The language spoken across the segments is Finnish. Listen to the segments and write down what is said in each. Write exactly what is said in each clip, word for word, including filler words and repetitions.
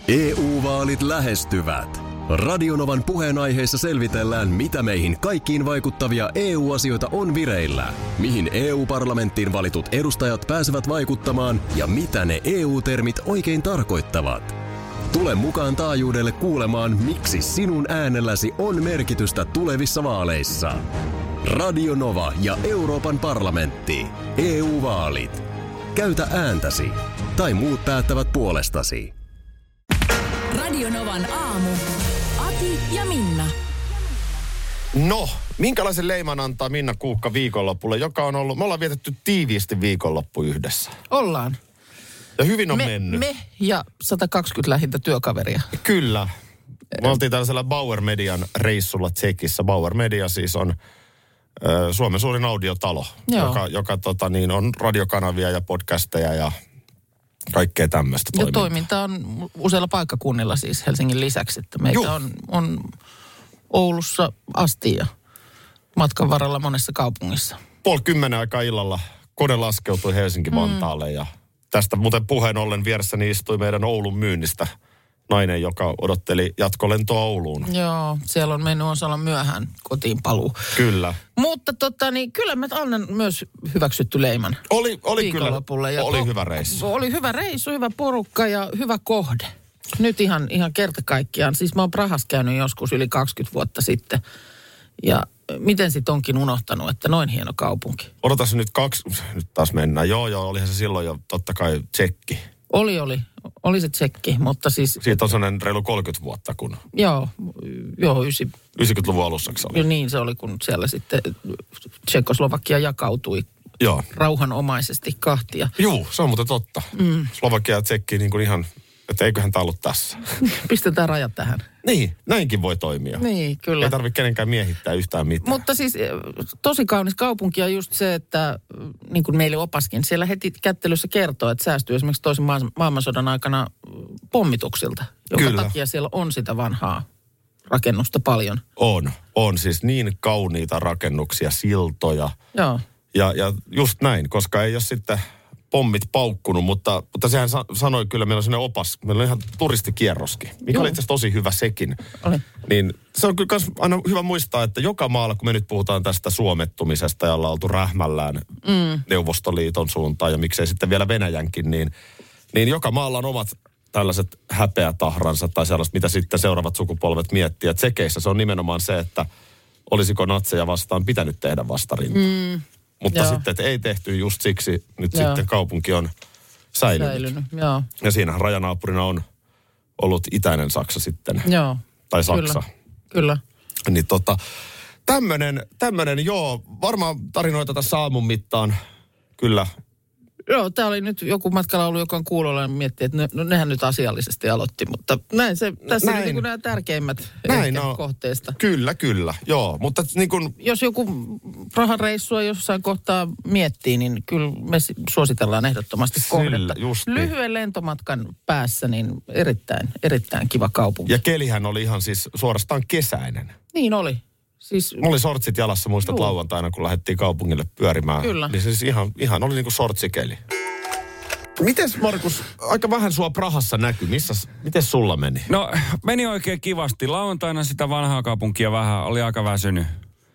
E U-vaalit lähestyvät. Radionovan puheenaiheessa selvitellään, mitä meihin kaikkiin vaikuttavia E U-asioita on vireillä, mihin E U-parlamenttiin valitut edustajat pääsevät vaikuttamaan ja mitä ne E U-termit oikein tarkoittavat. Tule mukaan taajuudelle kuulemaan, miksi sinun äänelläsi on merkitystä tulevissa vaaleissa. Radio Nova ja Euroopan parlamentti. E U-vaalit. Käytä ääntäsi. Tai muut päättävät puolestasi. Radio Novan aamu. Ati ja Minna. No, minkälaisen leiman antaa Minna Kuukka viikonloppulle, joka on ollut, me ollaan vietetty tiiviisti viikonloppu yhdessä. Ollaan. Ja hyvin on me, mennyt. Me ja sata kaksikymmentä lähintä työkaveria. Kyllä. Me oltiin tällaisella Bauer Median reissulla Tsekissä. Bauer Media siis on ö, Suomen suurin audiotalo, Joo. joka, joka tota, niin, on radiokanavia ja podcasteja ja kaikkea tämmöistä Ja toimintaa. toiminta on useilla paikkakunnilla siis Helsingin lisäksi, että meitä on, on Oulussa asti ja matkan varrella monessa kaupungissa. Puoli kymmenen aikaa illalla kone laskeutui Helsinki-Vantaalle mm. ja tästä muuten puheen ollen vieressäni istui meidän Oulun myynnistä nainen, joka odotteli jatkolentoa Ouluun. Joo, siellä on mennyt osalla myöhään kotiin paluu. Kyllä. Mutta tota niin, kyllä me annan myös hyväksytty leiman. Oli, oli kyllä, Ja oli to, hyvä reissu. Oli hyvä reissu, hyvä porukka ja hyvä kohde. Nyt ihan, ihan kerta kaikkiaan. Siis mä oon Prahassa käynyt joskus yli kaksikymmentä vuotta sitten. Ja miten sit onkin unohtanut, että noin hieno kaupunki. Odotas nyt kaksi, nyt taas mennään. Joo, joo, olihan se silloin jo totta kai tsekki. Oli, oli. Oli se tsekki, mutta siis... Siitä on sellainen reilu kolmekymmentä vuotta, kun... Joo, joo, ysi... yhdeksänkymmentäluvun alussa se oli. Jo niin se oli, kun siellä sitten Tšekoslovakia jakautui Joo. rauhanomaisesti kahtia. Juu, se on muuten totta. Mm. Slovakia ja Tsekki niin kuin ihan, että eiköhän tämä ollut tässä. Pistetään rajat tähän. Niin, näinkin voi toimia. Niin, kyllä. Ei tarvitse kenenkään miehittää yhtään mitään. Mutta siis tosi kaunis kaupunki on just se, että niin kuin meille opaskin, siellä heti kättelyssä kertoo, että säästyy esimerkiksi toisen maailmansodan aikana pommituksilta, jonka Kyllä. takia siellä on sitä vanhaa rakennusta paljon. On, on siis niin kauniita rakennuksia, siltoja. Joo. Ja, ja just näin, koska ei ole sitten pommit paukkunut, mutta, mutta sehän sa- sanoi kyllä, meillä on sellainen opas, meillä on ihan turistikierroskin, mikä Joo. oli itse asiassa tosi hyvä sekin. Oli. Niin se on kyllä kans aina hyvä muistaa, että joka maalla, kun me nyt puhutaan tästä suomettumisesta ja ollaan oltu rähmällään mm. Neuvostoliiton suuntaan ja miksei sitten vielä Venäjänkin, niin, niin joka maalla on omat tällaiset häpeätahransa tai sellaiset, mitä sitten seuraavat sukupolvet miettii. Ja Tsekeissä se on nimenomaan se, että olisiko natseja vastaan pitänyt tehdä vastarintaa. Mm. Mutta Joo. sitten, että ei tehty just siksi, nyt Joo. sitten kaupunki on säilynyt. Säilynyt, joo. Ja siinähän rajanaapurina on ollut itäinen Saksa sitten. Joo. Tai Saksa. Kyllä. Kyllä. Niin tota, tämmönen, tämmönen, joo, varmaan tarinoita tässä aamun mittaan, kyllä. Joo, tää oli nyt joku matkalla ollut, joka on kuulolla ja miettii, että ne, no nehän nyt asiallisesti aloitti, mutta näin se, tässä Näin. on niin kuin nämä tärkeimmät Näin ehkä on. kohteista. Kyllä, kyllä, joo, mutta niin kuin... Jos joku Prahan reissua jossain kohtaa miettii, niin kyllä me si- suositellaan ehdottomasti kohdetta. just niin. Lyhyen lentomatkan päässä, niin erittäin, erittäin kiva kaupunki. Ja kelihän oli ihan siis suorastaan kesäinen. Niin oli. Siis, Mulla oli sortsit jalassa, muistat Juu. lauantaina, kun lähdettiin kaupungille pyörimään. Kyllä. Niin siis ihan, ihan oli niin kuin sortsikeli. Mites Markus, aika vähän sua Prahassa näkyi. Missäs, mites sulla meni? No, meni oikein kivasti. Lauantaina sitä vanhaa kaupunkia vähän, oli aika väsynyt.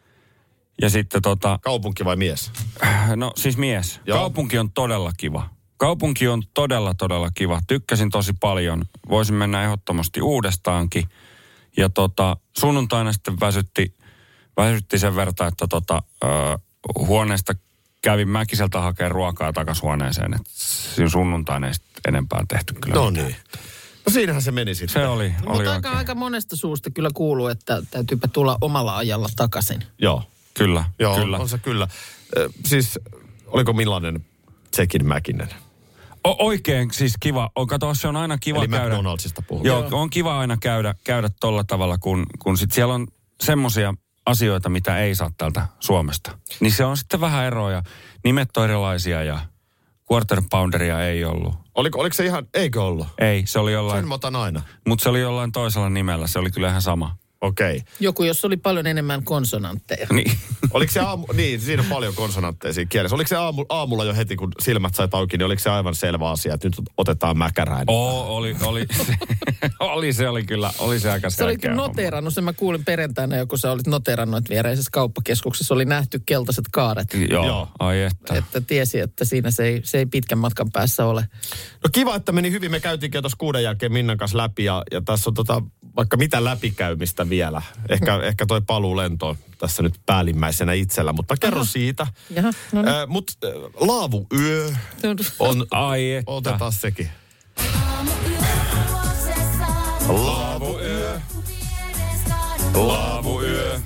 Ja sitten tota... Kaupunki vai mies? No siis mies. Joo. Kaupunki on todella kiva. Kaupunki on todella, todella kiva. Tykkäsin tosi paljon. Voisin mennä ehdottomasti uudestaankin. Ja tota, sunnuntaina sitten väsytti, väsytti sen verran, että tota, ö, huoneesta kävin Mäkiseltä hakemaan ruokaa takaisin huoneeseen. Et siinä sunnuntaina ei sitten enempää tehty kyllä. No mitään. niin. No siinähän se meni sitten. Se oli, oli mutta aika, oikein. aika monesta suusta kyllä kuuluu, että täytyypä tulla omalla ajalla takaisin. Joo. Kyllä, Joo, kyllä. on se kyllä. Ö, siis, oliko millainen Tsekin Mäkinen? O- oikein siis kiva. On, kato, se on aina kiva Eli käydä. McDonaldsista puhutaan. Joo, on kiva aina käydä, käydä tolla tavalla, kun, kun sit siellä on semmoisia asioita, mitä ei saa täältä Suomesta. Niin se on sitten vähän eroja. Nimet on erilaisia ja quarter pounderia ei ollut. Oliko, oliko se ihan, eikö ollut? Ei, se oli jollain, Sen mä otan aina. mutta se oli jollain toisella nimellä. Se oli kyllä ihan sama. Okei. Okay. Joku, jos oli paljon enemmän konsonantteja. Niin. Oliko se aamu, niin siinä on paljon konsonantteja siinä kielessä. Oliko se aamu, aamulla jo heti, kun silmät sai auki, niin oliko se aivan selvä asia, että nyt otetaan mäkärään? Oo, oli, oli, se, oli se oli kyllä, oli se aika Se oli selkeä kyllä noteerannut, sen mä kuulin perjantaina, joku sä olit noteerannut, että viereisessä kauppakeskuksessa oli nähty keltaiset kaaret. Joo, Joo. ai että. Että tiesi, että siinä se ei, se ei pitkän matkan päässä ole. No kiva, että meni hyvin. Me käytiinkin tuossa kuuden jälkeen Minnan kanssa läpi ja, ja tässä on tota, vaikka mitä läpikäymistä vielä. Ehkä, mm. ehkä toi paluu lentoon tässä nyt päällimmäisenä itsellä, mutta kerro Aha. siitä. Jaha, no niin. Äh, Mutta äh, laavuyö on, Ai että. otetaan sekin. Laavuyö. Laavuyö.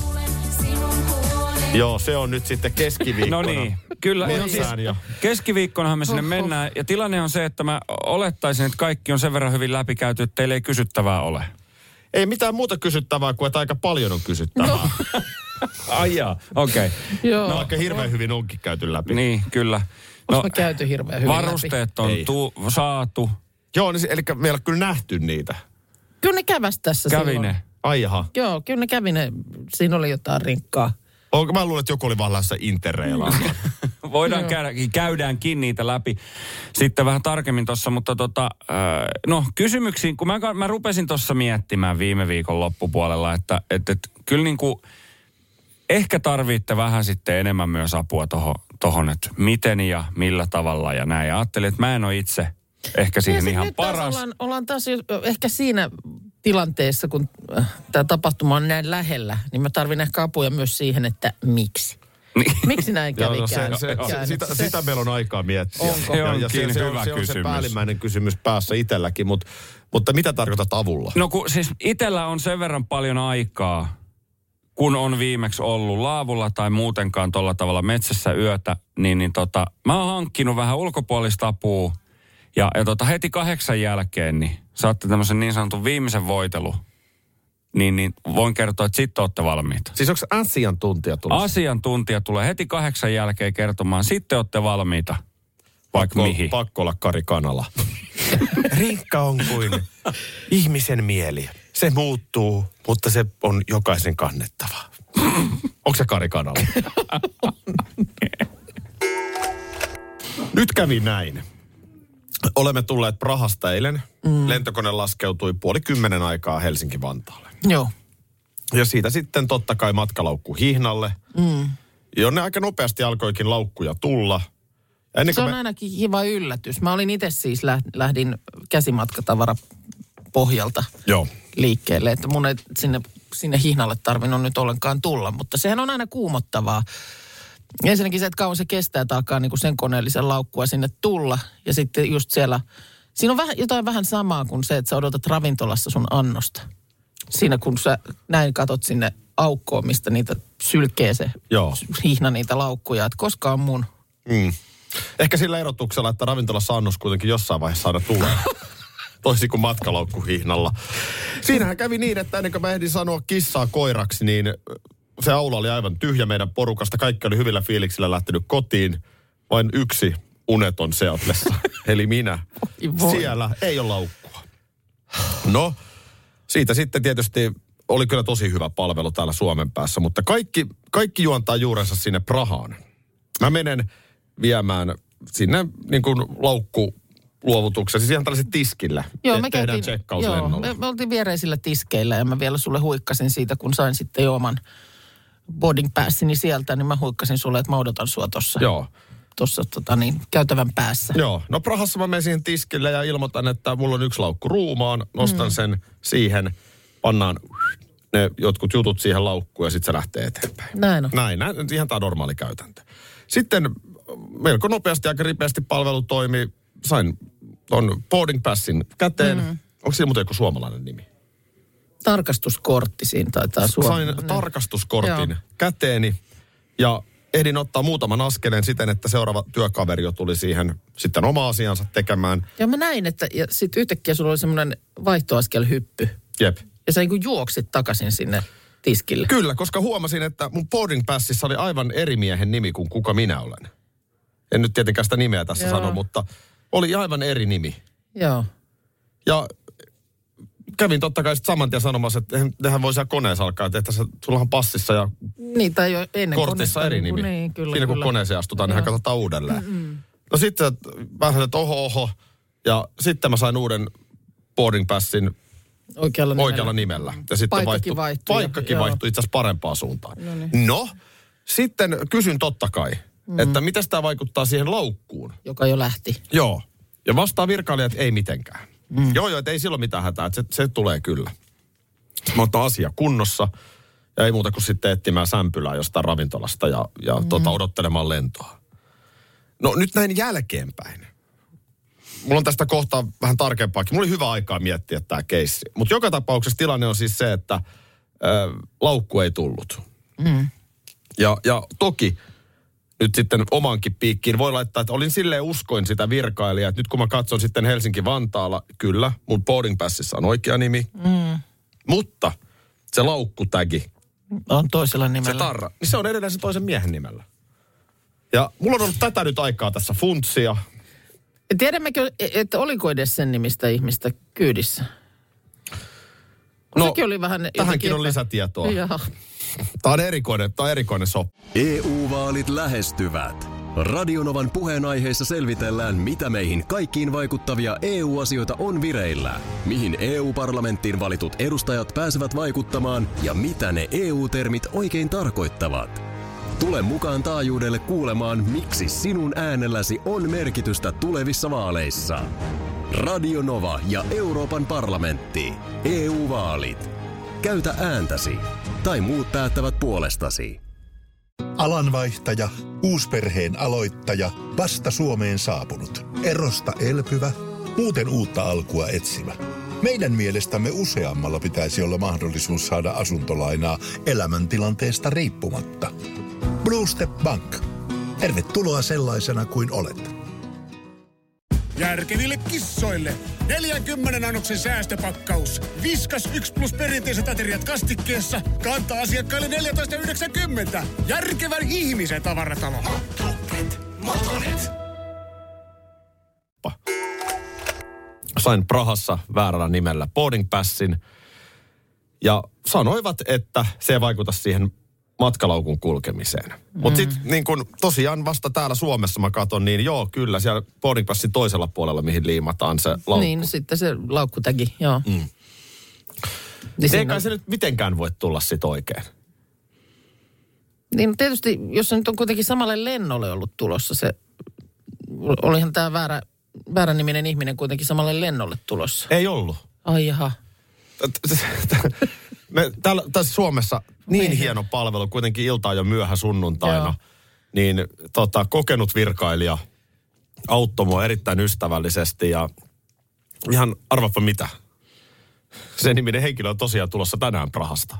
Joo, se on nyt sitten keskiviikkona. No niin, kyllä. Metsään Siis ja- keskiviikkonahan me sinne Oho. mennään. Ja tilanne on se, että mä olettaisin, että kaikki on sen verran hyvin läpikäyty, että teille ei kysyttävää ole. Ei mitään muuta kysyttävää kuin, että aika paljon on kysyttävää. No. Ai jaa, okei. Okay. Joo. No aika hirveän hyvin onkin käyty läpi. Niin, kyllä. No, me käyty hirveän hyvin varusteet on Ei. tu, saatu. Joo, niin se, eli me ei ole kyllä nähty niitä. Kyllä ne käväs tässä Kävi silloin. ne. Ai jaha. Joo, kyllä ne kävi ne. Siinä oli jotain rinkkaa. Onko, mä luulen, että joku oli vaan lähdössä interreilaan. Voidaan käydä, käydäänkin niitä läpi sitten vähän tarkemmin tuossa, mutta tota, äh, no kysymyksiin, kun mä, mä rupesin tuossa miettimään viime viikon loppupuolella, että et, et, kyllä niin kuin ehkä tarvitte vähän sitten enemmän myös apua tohon, tohon, että miten ja millä tavalla ja näin. Ja ajattelin, että mä en ole itse ehkä siihen Ja ihan nyt taas paras. Ollaan, ollaan taas jo ehkä siinä tilanteessa, kun äh, tämä tapahtuma on näin lähellä, niin mä tarvin ehkä apuja myös siihen, että miksi. Niin. Miksi näin kävi? Joo, no se, kään- se, se, käännös? sitä, sitä meillä on aikaa miettiä. Onko? Ja, ja Onkin se, se, hyvä on, se on se kysymys. päällimmäinen kysymys päässä itselläkin, mutta, mutta mitä tarkoitat avulla? No kun siis itsellä on sen verran paljon aikaa, kun on viimeksi ollut laavulla tai muutenkaan tuolla tavalla metsässä yötä, niin, niin tota, mä oon hankkinut vähän ulkopuolista apua. Ja, ja tota, heti kahdeksan jälkeen niin saatte tämmöisen niin sanotun viimeisen voitelu. Niin, niin voin kertoa, että sitten olette valmiita. Siis onko asiantuntija tulossa? Asiantuntija tulee heti kahdeksan jälkeen kertomaan, sitten olette valmiita. Vaikka Pakko- mihin. Pakko olla Kari Kanala. Rinkka on kuin ihmisen mieli. Se muuttuu, mutta se on jokaisen kannettava. Onko se Kari Kanala? Nyt kävi näin. Olemme tulleet Prahasta eilen. Mm. Lentokone laskeutui puoli kymmenen aikaa Helsinki-Vantaalle. Joo. Ja siitä sitten totta kai matkalaukku Hihnalle, mm. jonne aika nopeasti alkoikin laukkuja tulla. Ja ennen Se kuin on me... ainakin kiva yllätys. Mä olin itse siis läht- lähdin käsimatkatavara pohjalta Joo. liikkeelle, että mun ei sinne, sinne Hihnalle tarvinnut nyt ollenkaan tulla, mutta sehän on aina kuumottavaa. Ensinnäkin se, että kauan se kestää, että alkaa niinku sen koneellisen laukkua sinne tulla. Ja sitten just siellä, siinä on vähän, jotain vähän samaa kuin se, että sä odotat ravintolassa sun annosta. Siinä kun sä näin katot sinne aukkoon, mistä niitä sylkee se Joo. Hihna niitä laukkuja, että koska on mun. Mm. Ehkä sillä erotuksella, että ravintolassa annos kuitenkin jossain vaiheessa aina tulee. Toisin kuin matkalaukku Hihnalla. Siinähän kävi niin, että ennen kuin mä ehdin sanoa kissaa koiraksi, niin se aula oli aivan tyhjä meidän porukasta. Kaikki oli hyvillä fiiliksillä lähtenyt kotiin. Vain yksi uneton Seatlessa, eli minä. Voi. Siellä ei ole laukkua. No, siitä sitten tietysti oli kyllä tosi hyvä palvelu täällä Suomen päässä, mutta kaikki, kaikki juontaa juurensa sinne Prahaan. Mä menen viemään sinne niin kuin laukku-luovutuksen, siis ihan tällaisen tiskillä. Joo, Te- me tehdään käytiin, tsekkaus joo, lennolla. me, me oltiin viereisillä tiskeillä ja mä vielä sulle huikkasin siitä, kun sain sitten jo oman boarding passini sieltä, niin mä huikkasin sulle, että mä odotan sua tossa, Joo. tossa tota niin, käytävän päässä. Joo, no Prahassa mä menen siihen tiskille ja ilmoitan, että mulla on yksi laukku ruumaan, nostan mm. sen siihen, pannaan ne jotkut jutut siihen laukkuun ja sitten se lähtee eteenpäin. Näin on. Näin, näin, ihan tämä normaali käytäntö. Sitten melko nopeasti, aika ripeästi palvelu toimi. Sain ton boarding passin käteen. Mm. Onko siinä muuten joku suomalainen nimi? Tarkastuskortti siinä taitaa Suomi. Sain tarkastuskortin Joo. käteeni ja ehdin ottaa muutaman askeleen siten, että seuraava työkaveri jo tuli siihen sitten oma asiansa tekemään. Ja mä näin, että ja sit yhtäkkiä sulla oli semmoinen vaihtoaskelhyppy. Jep. Ja sä niin kuin juoksit takaisin sinne tiskille. Kyllä, koska huomasin, että mun boarding passissa oli aivan eri miehen nimi kuin kuka minä olen. En nyt tietenkään sitä nimeä tässä Joo. sano, mutta oli aivan eri nimi. Joo. Ja kävin totta kai sitten saman tien sanomassa, että nehän voi siellä koneessa alkaa, että tässä, sullahan passissa ja niin, tai jo ennen kortissa eri nimi. Niin, kyllä, siinä kun kyllä. koneeseen astutaan, niin hän katsotaan uudelleen. Mm-hmm. No sitten mä sanoin, että oho, oho. Ja sitten mä sain uuden boarding passin oikealla nimellä. Oikealla nimellä. Ja sitten paikkakin vaihtui. Paikkakin vaihtui itse asiassa parempaan suuntaan. No, niin. no sitten kysyn totta kai, mm. että miten tämä vaikuttaa siihen laukkuun. Joka jo lähti. Joo. Ja vastaa virkailijat, että ei mitenkään. Mm. Joo, joo, että ei silloin mitään hätää, että se, se tulee kyllä. Mä otan asia kunnossa ja ei muuta kuin sitten etsimään sämpylää jostain ravintolasta ja, ja mm. tota, odottelemaan lentoa. No nyt näin jälkeenpäin. Mulla on tästä kohtaa vähän tarkempaakin. Mulla oli hyvä aikaa miettiä tämä keissi. Mutta joka tapauksessa tilanne on siis se, että ö, laukku ei tullut. Mm. Ja, ja toki nyt sitten omankin piikkiin voi laittaa, että olin silleen uskoin sitä virkailijaa, että nyt kun mä katson sitten Helsinki-Vantaalla, kyllä, mun boarding passissa on oikea nimi. Mm. Mutta se laukkutägi on toisella nimellä. Se tarra, niin se on edelleen se toisen miehen nimellä. Ja mulla on ollut tätä nyt aikaa tässä funtsia. Tiedämmekö, että oliko edes sen nimistä ihmistä kyydissä? No, sekin oli vähän tähänkin on lisätietoa. Joo. Tämä on erikoinen, tämä on erikoinen soppa. E U-vaalit lähestyvät. Radionovan puheenaiheessa selvitellään, mitä meihin kaikkiin vaikuttavia E U-asioita on vireillä, mihin E U-parlamenttiin valitut edustajat pääsevät vaikuttamaan ja mitä ne E U-termit oikein tarkoittavat. Tule mukaan taajuudelle kuulemaan, miksi sinun äänelläsi on merkitystä tulevissa vaaleissa. Radio Nova ja Euroopan parlamentti. E U-vaalit. Käytä ääntäsi. Tai muut päättävät puolestasi. Alanvaihtaja, uusperheen aloittaja, vasta Suomeen saapunut, erosta elpyvä, muuten uutta alkua etsimä. Meidän mielestämme useammalla pitäisi olla mahdollisuus saada asuntolainaa elämäntilanteesta riippumatta. Blue Step Bank. Tervetuloa sellaisena kuin olet. Järkeville kissoille. neljänkymmenen annoksen säästöpakkaus. Viskas yksi plus perinteiset ateriat kastikkeessa. Kantaa asiakkaille neljätoista yhdeksänkymmentä. Järkevän ihmisen tavaratalo. Motonet. Motonet. Sain Prahassa väärällä nimellä boarding passin. Ja sanoivat, että se ei vaikuta siihen matkalaukun kulkemiseen. Mm. Mutta sitten niin kun tosiaan vasta täällä Suomessa mä katson, niin joo, kyllä siellä boarding passin toisella puolella, mihin liimataan se laukku. Niin, sitten se laukkutäki, joo. Mm. Niin siinä... Eikä se nyt mitenkään voi tulla sit oikein. Niin tietysti, jos se nyt on kuitenkin samalle lennolle ollut tulossa se, olihan tämä väärä, väärän niminen ihminen kuitenkin samalle lennolle tulossa. Ei ollut. Ai jaha. Me täällä, tässä Suomessa niin Meihin. hieno palvelu, kuitenkin iltaa jo myöhä sunnuntaina, Joo. niin tota, kokenut virkailija auttoi mua erittäin ystävällisesti ja ihan arvapa mitä. Se niminen henkilö on tosiaan tulossa tänään Prahasta.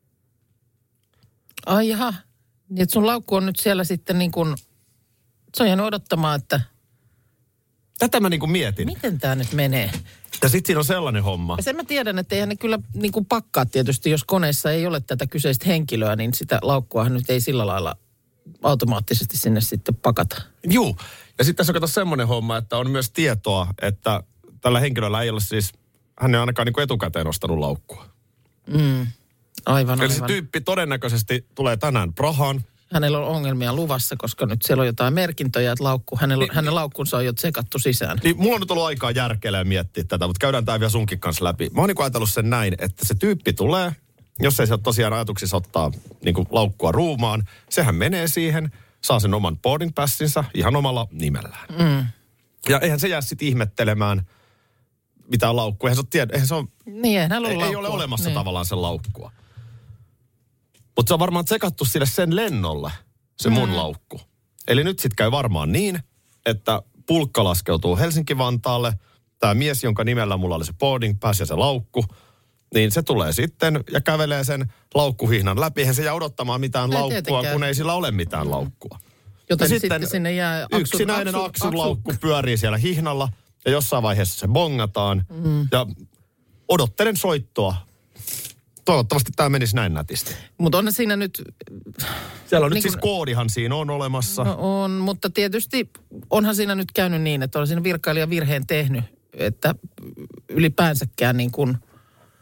Ai jaha. Niin, että sun laukku on nyt siellä sitten niin kuin, se on jäänyt odottamaan, että Tätä mä niinku mietin. miten tämä nyt menee. Ja sitten siinä on sellainen homma. Ja sen mä tiedän, että eihän ne kyllä niin kuin pakkaa tietysti, jos koneessa ei ole tätä kyseistä henkilöä, niin sitä laukkuahan nyt ei sillä lailla automaattisesti sinne sitten pakata. Juu. Ja sitten tässä on kato semmoinen homma, että on myös tietoa, että tällä henkilöllä ei ole siis, hän ei ainakaan niinku etukäteen ostanut laukkua. Mm. Aivan, Eli se aivan. tyyppi todennäköisesti tulee tänään Prahaan. Hänellä on ongelmia luvassa, koska nyt siellä on jotain merkintöjä, että laukku, hänellä, Niin, hänen laukkunsa on jo tsekattu sisään. Niin mulla on nyt ollut aikaa järkeillä ja miettiä tätä, mutta käydään tämä vielä sunkin kanssa läpi. Mä oon niin ajatellut sen näin, että se tyyppi tulee, jos ei se ole tosiaan ajatuksissa ottaa niin kuin laukkua ruumaan, sehän menee siihen, saa sen oman boarding passinsa ihan omalla nimellään. Mm. Ja eihän se jää sitten ihmettelemään mitään laukkua. Eihän se ole, tiedä, eihän se ole, Niin, eihän hänellä ei, ole ei ole olemassa niin. tavallaan sen laukkua. Mutta se on varmaan tsekattu sille sen lennolle, se mun mm. laukku. Eli nyt sitten käy varmaan niin, että pulkka laskeutuu Helsinki-Vantaalle. Tämä mies, jonka nimellä mulla oli se boarding pass ja se laukku, niin se tulee sitten ja kävelee sen laukkuhihnan läpi. Eihän se jää odottamaan mitään ei laukkua, tietenkään. kun ei sillä ole mitään laukkua. Joten ja sitten sinne jää aksun, yksinäinen aksun, aksun aksun. laukku pyörii siellä hihnalla ja jossain vaiheessa se bongataan. Mm. Ja odottelen soittoa. Toivottavasti tämä menisi näin nätisti. Mutta on siinä nyt... Siellä on niin nyt siis kun, koodihan siinä on olemassa. No on, mutta tietysti onhan siinä nyt käynyt niin, että on siinä virkailija virheen tehnyt, että ylipäänsäkään niin kuin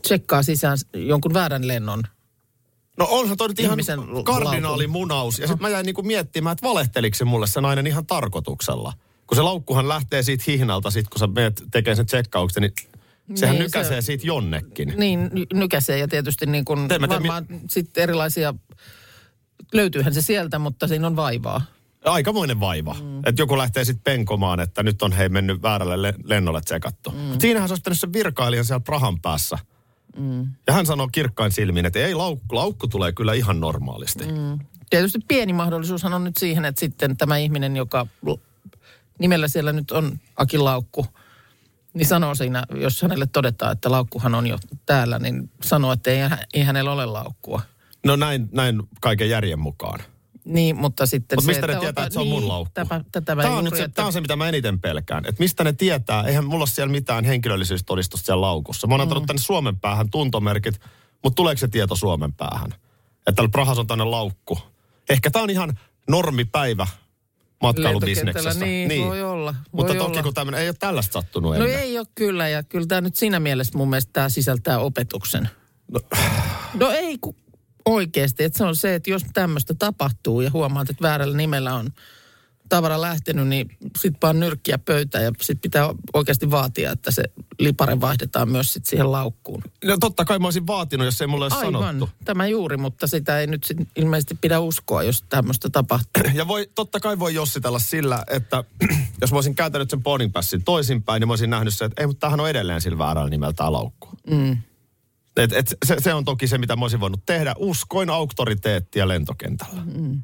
tsekkaa sisään jonkun väärän lennon. No onhan toi nyt ihan Ihmisen kardinaalimunaus. Ja sitten mä jäin niinku miettimään, että valehteliko se mulle se nainen ihan tarkoituksella. Kun se laukkuhan lähtee siitä hihnalta, sit kun sä menet tekemään sen tsekkauksen, niin sehän Niin, nykäisee se- siitä jonnekin. Niin, ny- nykäisee ja tietysti niin kuin Te- mä teen varmaan sitten erilaisia, löytyyhän se sieltä, mutta siinä on vaivaa. Aikamoinen vaiva. Mm. Että joku lähtee sitten penkomaan, että nyt on hei mennyt väärälle le- lennolle tsekattu. Mm. Mutta siinähän se olisi pitänyt sen virkailijan siellä Prahan päässä. Mm. Ja hän sanoo kirkkain silmin, että ei, laukku, laukku tulee kyllä ihan normaalisti. Mm. Tietysti pieni mahdollisuushan on nyt siihen, että sitten tämä ihminen, joka l- nimellä siellä nyt on Akin laukku, niin sanoo siinä, jos hänelle todetaan, että laukkuhan on jo täällä, niin sanoo, että ei, ei hänellä ole laukkua. No näin, näin kaiken järjen mukaan. Niin, mutta sitten Mutta se, mistä ne tietää, ota- että se on mun laukku? Tätä, tätä mä Tämä on, juuri, nyt se, että- tämä on se, mitä mä eniten pelkään. Että mistä ne tietää? Eihän mulla ole siellä mitään henkilöllisyystodistusta siellä laukussa. Mä oon antanut tänne Suomen päähän tuntomerkit, mutta tuleeko se tieto Suomen päähän? Että täällä Prahassa on tänne laukku. Ehkä tämä on ihan normipäivä matkailubisneksessä. Lentokentällä, niin, voi olla, voi Mutta toki olla. kun tämmöinen, ei ole tällaista sattunut No ennen. ei ole kyllä, ja kyllä tämä nyt siinä mielessä mun mielestä tämä sisältää opetuksen. No, no ei ku, oikeasti, että se on se, että jos tämmöistä tapahtuu ja huomaat, että väärällä nimellä on tavara lähtenyt, niin sit vaan nyrkkiä pöytään ja sit pitää oikeasti vaatia, että se lipare vaihdetaan myös sit siihen laukkuun. No totta kai mä olisin vaatinut, jos ei mulle olisi Aivan, sanottu. tämä juuri, mutta sitä ei nyt sit ilmeisesti pidä uskoa, jos tämmöistä tapahtuu. Ja voi, totta kai voi jossitella sillä, että jos mä olisin käytänyt sen boarding passin toisinpäin, niin mä olisin nähnyt se, että ei, mutta tämähän on edelleen sillä väärällä nimellä tää laukku. Mm. Et, et, se, se on toki se, mitä mä olisin voinut tehdä. Uskoin auktoriteettia lentokentällä. Mm.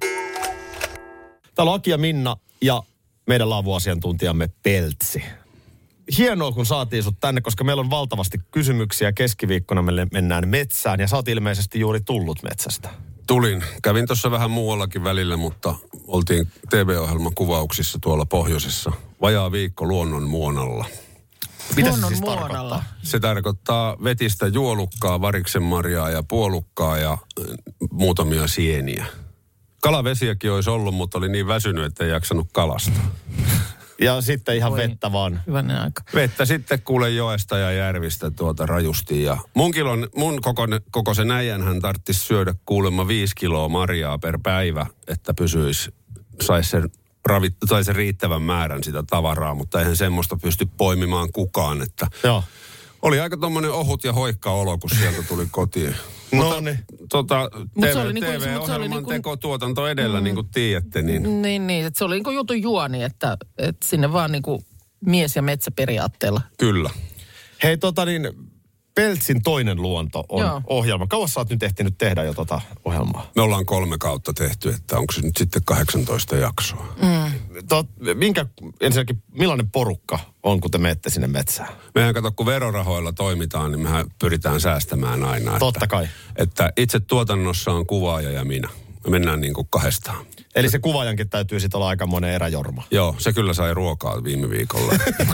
Täällä on Aki ja Minna ja meidän laavuasiantuntijamme Peltsi. Hienoa, kun saatiin sut tänne, koska meillä on valtavasti kysymyksiä. Keskiviikkona me mennään metsään ja sä oot ilmeisesti juuri tullut metsästä. Tulin. Kävin tuossa vähän muuallakin välillä, mutta oltiin T V-ohjelman kuvauksissa tuolla pohjoisessa. Vajaa viikko luonnon muonalla. Mitä Luonnon se siis muonalla. tarkoittaa? Se tarkoittaa vetistä juolukkaa, variksenmarjaa ja puolukkaa ja äh, muutamia sieniä. Kalavesiäkin olisi ollut, mutta oli niin väsynyt, että ei jaksanut kalastaa. Ja sitten ihan Voi. vettä vaan. Hyvänen aika. Vettä sitten kuule joesta ja järvistä tuota rajusti. Ja mun, kilon, mun koko, koko sen äijän hän tarvitsisi syödä kuulemma viisi kiloa marjaa per päivä, että pysyisi, saisi sen, ravit, sai sen riittävän määrän sitä tavaraa, mutta eihän semmoista pysty poimimaan kukaan. Että Joo. oli aika tommonen ohut ja hoikka olo, kun sieltä tuli kotiin. No niin. Tota, Mut T V, se oli niinku- mut se oli T V-ohjelman niinku- tekotuotanto edellä, mm. niin kuin tiedätte, niin Niin, niin, että se oli niin kuin jutun juoni, että, että sinne vaan niin kuin mies- ja metsäperiaatteella. kyllä. Hei tota niin, Peltsin toinen luonto on Joo. ohjelma. Kauas sä oot nyt ehtinyt tehdä jo tota ohjelmaa? Me ollaan kolme kautta tehty, että onko se nyt sitten kahdeksantoista jaksoa. Tot, minkä, ensinnäkin, millainen porukka on, kun te menette sinne metsään? Mehän kato, kun verorahoilla toimitaan, niin mehän pyritään säästämään aina. Että, Totta kai. Että itse tuotannossa on kuvaaja ja minä. Me mennään niin kuin kahdestaan. Eli se kuvaajankin täytyy sitten olla aikamoinen eräjorma. Joo, se kyllä sai ruokaa viime viikolla.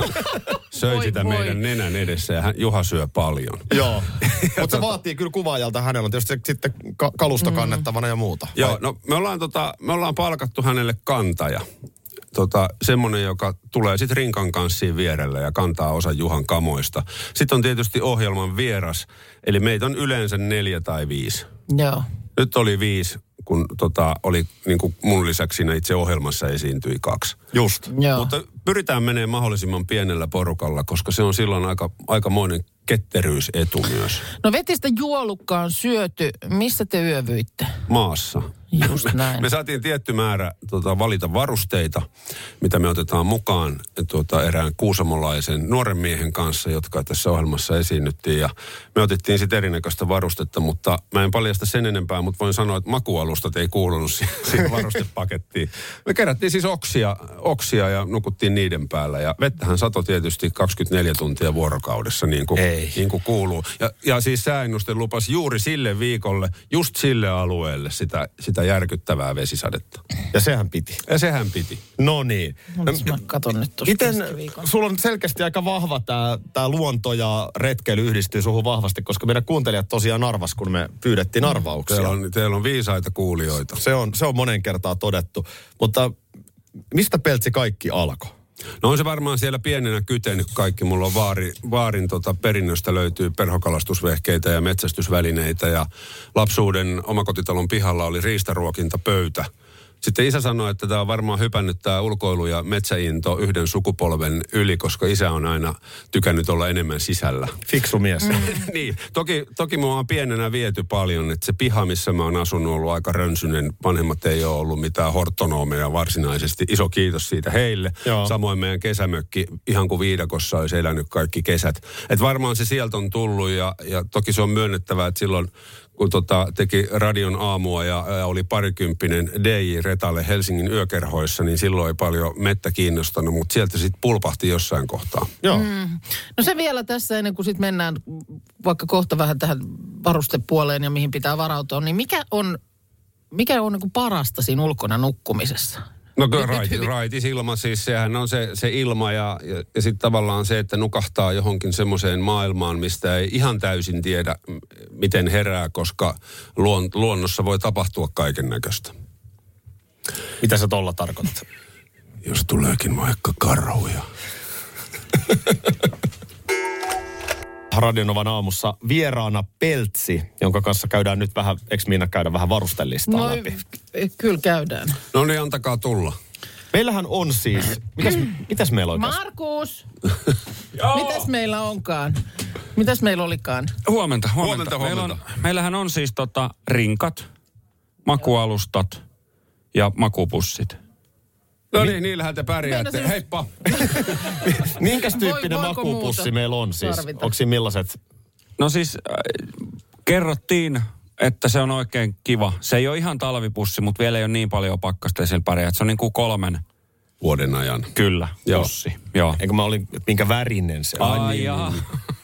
Söi Voi sitä voi. meidän nenän edessä ja hän, Juha syö paljon. Joo. Mutta se vaatii kyllä kuvaajalta, hänellä on tietysti sitten ka- kalusto kannettavana ja muuta. Joo, no me ollaan, tota, me ollaan palkattu hänelle kantaja. Tota, semmoinen, joka tulee sitten rinkan kanssa siinä vierellä ja kantaa osan Juhan kamoista. Sitten on tietysti ohjelman vieras, eli meitä on yleensä neljä tai viisi. Joo. Nyt oli viisi, kun tota, oli niin kuin mun lisäksi siinä itse ohjelmassa esiintyi kaksi. Just. Joo. Mutta pyritään menemään mahdollisimman pienellä porukalla, koska se on silloin aika, aikamoinen ketteryysetu myös No vetistä juolukkaa on syöty. Missä te yövyitte? maassa. Just näin. Me saatiin tietty määrä tota, valita varusteita, mitä me otetaan mukaan tota, erään kuusamolaisen nuoren miehen kanssa, jotka tässä ohjelmassa esiinnyttiin. Ja me otettiin sitten erinäköistä varustetta, mutta mä en paljasta sen enempää, mutta voin sanoa, että makualustat ei kuulunut siihen varustepakettiin. Me kerättiin siis oksia, oksia ja nukuttiin niiden päällä. Ja vettähän sato tietysti kaksikymmentäneljä tuntia vuorokaudessa, niin kuin, Ei. niin kuin kuuluu. Ja, ja siis sääennuste lupasi juuri sille viikolle, just sille alueelle sitä, sitä järkyttävää vesisadetta. Ja sehän piti. Ja sehän piti. No niin. No, mä katon nyt tuosta Miten, keskiviikon. sulla on selkeästi aika vahva tämä tää luonto ja retkeily yhdistyy suhun vahvasti, koska meidän kuuntelijat tosiaan arvas, kun me pyydettiin arvauksia. Teillä on, teillä on viisaita kuulijoita. Se on, se on monen kertaa todettu. Mutta mistä Peltsi kaikki alkoi? No on se varmaan siellä pienenä kytenyt kaikki. Mulla on vaari, vaarin tota perinnöstä löytyy perhokalastusvehkeitä ja metsästysvälineitä ja lapsuuden omakotitalon pihalla oli riistaruokintapöytä. Sitten isä sanoi, että tämä on varmaan hypännyt tämä ulkoilu ja metsäinto yhden sukupolven yli, koska isä on aina tykännyt olla enemmän sisällä. Fiksu mies. Mm. Niin, toki, toki mua on pienenä viety paljon, että se piha, missä mä oon asunut, on ollut aika rönsynen. Vanhemmat ei ole ollut mitään hortonomeja varsinaisesti. Iso kiitos siitä heille. Joo. Samoin meidän kesämökki, ihan kuin viidakossa olisi elänyt kaikki kesät. Et varmaan se sieltä on tullut ja, ja toki se on myönnettävää, että silloin kun tota, teki radion aamua ja, ja oli parikymppinen D J Retalle Helsingin yökerhoissa, niin silloin ei paljon mettä kiinnostanut, mutta sieltä sitten pulpahti jossain kohtaa. Joo. Mm. No se vielä tässä ennen kuin sitten mennään vaikka kohta vähän tähän varustepuoleen ja mihin pitää varautua, niin mikä on, mikä on niin kuin parasta siinä ulkona nukkumisessa? No kyllä raiti, raitis ilma, siis sehän on se, se ilma ja, ja, ja sitten tavallaan se, että nukahtaa johonkin semmoiseen maailmaan, mistä ei ihan täysin tiedä, miten herää, koska luon, luonnossa voi tapahtua kaiken näköistä. Mitä sä tolla tarkoitat? Jos tuleekin vaikka karhuja. Radionovan aamussa vieraana Peltsi, jonka kanssa käydään nyt vähän, eikö Minna käydä vähän varustelistaa no, läpi? Kyllä käydään. No niin, antakaa tulla. Meillähän on siis, mitäs, mitäs meillä on? Markus! Mitäs meillä onkaan? Mitäs meillä olikaan? Huomenta, huomenta. Huomenta, huomenta. Meillä on, meillähän on siis tota rinkat, makualustat ja makupussit. No niin, niillähän te pärjäätte. Meinasin... Heippa! Minkäs tyyppinen Voi, makupussi meillä on siis? tarvita? Onko siinä millaiset? No siis äh, kerrottiin, että se on oikein kiva. Se ei ole ihan talvipussi, mutta vielä ei ole niin paljon pakkasta ja sillä pärjää. Se on niin kuin kolmen. Vuoden ajan. Kyllä, Joo. pussi. Joo. Eikö mä olin, että minkä värinen se on? Ai niin, jaa.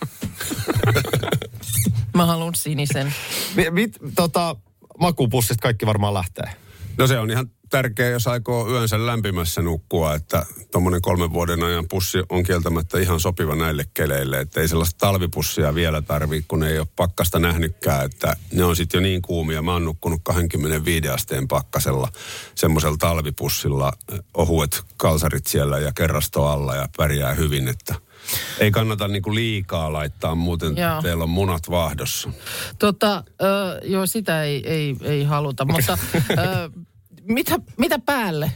Mä haluan sinisen. Mit, mit, tota, makupussista kaikki varmaan lähtee. No se on ihan tärkeä, jos aikoo yönsä lämpimässä nukkua, että tuommoinen kolmen vuoden ajan pussi on kieltämättä ihan sopiva näille keleille, että ei sellaista talvipussia vielä tarvitse, kun ei ole pakkasta nähnytkään, että ne on sitten jo niin kuumia. Mä oon nukkunut kaksikymmentäviisi asteen pakkasella semmoisella talvipussilla, ohuet kalsarit siellä ja kerrasto alla ja pärjää hyvin, että ei kannata niinku liikaa laittaa, muuten Joo. teillä on munat vaahdossa. Tota, ö, joo, sitä ei, ei, ei haluta, mutta ö, mitä, mitä päälle?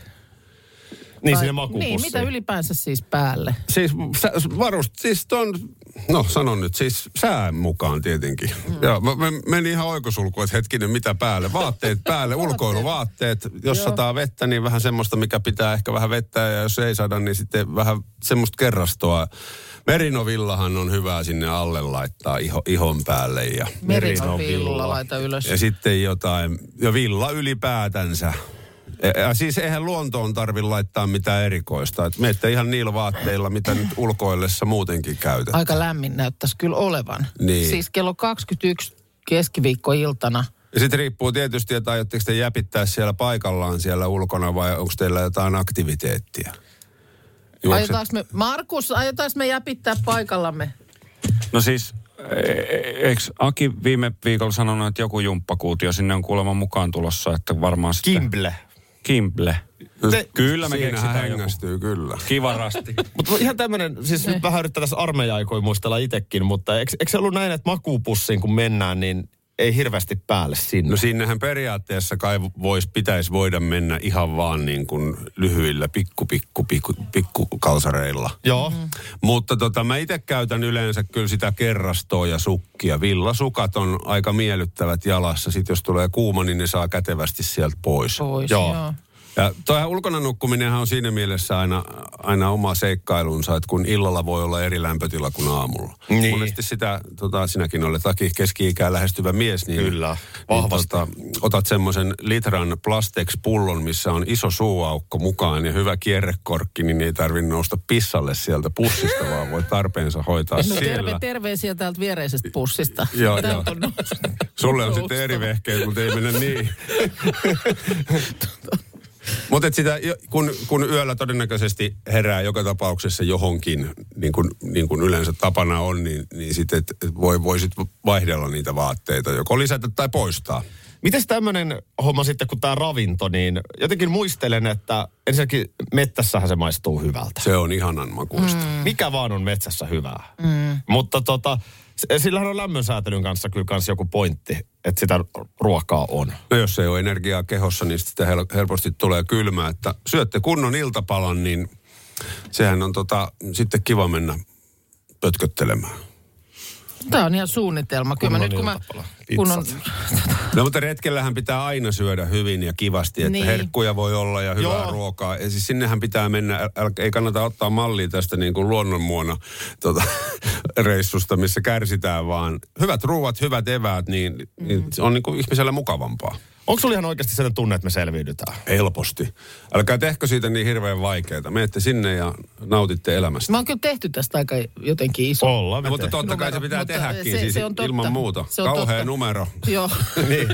Niin Tai- sinne makupussiin. Niin, mitä ylipäänsä siis päälle? Siis sä, varust, siis ton, no sanon nyt, siis sään mukaan tietenkin. Mm. Joo, mä, mä menin ihan oikosulkuun, että hetkinen, mitä päälle? Vaatteet päälle, ulkoiluvaatteet. Jos Joo. sataa vettä, niin vähän semmoista, mikä pitää ehkä vähän vettä, ja jos ei saada, niin sitten vähän semmoista kerrastoa. Merinovillahan on hyvä sinne alle laittaa iho, ihon päälle. Ja, Merinovilla laita ylös. ja sitten jotain, ja villa ylipäätänsä. Ja siis eihän luontoon tarvitse laittaa mitään erikoista. Et menette ihan niillä vaatteilla, mitä nyt ulkoillessa muutenkin käytetään. Aika lämmin näyttäisi kyllä olevan. Niin. Siis kello kaksikymmentäyksi keskiviikkoiltana. Ja sitten riippuu tietysti, että aiotteko te jäpittää siellä paikallaan siellä ulkona vai onko teillä jotain aktiviteettia? Juokset... Aiotaanko me, Markus, aiotaanko me jäpittää paikallamme? No siis, e- eikö Aki viime viikolla sanonut, että joku jumppakuutio sinne on kuulemma mukaan tulossa, että varmaan sitten... Kimble. Kimble. Te- Kyllä me Siinähän keksitään joku. hengästyy kyllä. Kivarasti. Mutta ihan tämmöinen, siis nyt vähän yrittää tässä armeija-aikoja muistella itsekin, mutta eikö, eikö se ollut näin, että makuupussiin kun mennään, niin ei hirveästi päälle sinne? No sinnehän periaatteessa kai vois, pitäisi voida mennä ihan vaan niin kuin lyhyillä pikku, pikku, pikku, pikku kalsareilla. Joo. Mm-hmm. Mutta tota, mä itse käytän yleensä kyllä sitä kerrastoa ja sukkia. Villasukat on aika miellyttävät jalassa. Sitten jos tulee kuuma, niin ne saa kätevästi sieltä pois. Pois, Joo. joo. Ja tuohan ulkona nukkuminenhan on siinä mielessä aina, aina oma seikkailunsa, että kun illalla voi olla eri lämpötila kuin aamulla. Niin. Monesti sitä, tota, sinäkin olet Aki keski-ikään lähestyvä mies, niin, Kyllä, vahvasti. niin, tota, otat semmoisen litran Plastex-pullon, missä on iso suuaukko mukaan ja hyvä kierrekorkki, niin ei tarvitse nousta pissalle sieltä pussista, vaan voi tarpeensa hoitaa No, siellä. terve, terveisiä täältä viereisestä pussista. Joo, Täältä joo. on noussut. Sulle on sitten eri vehkeet, mutta ei mennä niin. Mutta sitä, kun, kun yöllä todennäköisesti herää joka tapauksessa johonkin, niin kuin, niin kuin yleensä tapana on, niin, niin sitten voi, voi sit vaihdella niitä vaatteita, joko lisätä tai poistaa. Mites tämmöinen homma sitten, kun tämä ravinto, niin jotenkin muistelen, että ensinnäkin mettässähän se maistuu hyvältä. Se on ihanan makuista. Mm. Mikä vaan on metsässä hyvää. Mm. Mutta tota, sillähän on lämmönsäätelyn kanssa kyllä kans joku pointti, että sitä ruokaa on. No jos ei ole energiaa kehossa, niin sitä hel- helposti tulee kylmää. Että syötte kunnon iltapalan, niin sehän on tota, sitten kiva mennä pötköttelemään. Tämä on ihan suunnitelma. Kyllä mä nyt kun mä... Kun on... No mutta retkellähän pitää aina syödä hyvin ja kivasti, että niin. Herkkuja voi olla ja hyvää Joo. ruokaa. Ja siis sinnehän pitää mennä, äl, ei kannata ottaa mallia tästä niin kuin luonnonmuona tota, reissusta, missä kärsitään, vaan hyvät ruuat, hyvät eväät, niin, mm. niin on niin kuin ihmisellä mukavampaa. Onko sulla ihan oikeasti sellainen tunne, että me selviydytään? Helposti. Älkää tehkö siitä niin hirveän vaikeaa. Menette sinne ja nautitte elämästä. Mä oon kyllä tehty tästä aika jotenkin iso. Ollaan. No, mutta totta kai se pitää mutta tehdäkin se, siis se on ilman muuta. Se on Kauhea totta. numero. Joo. Niin.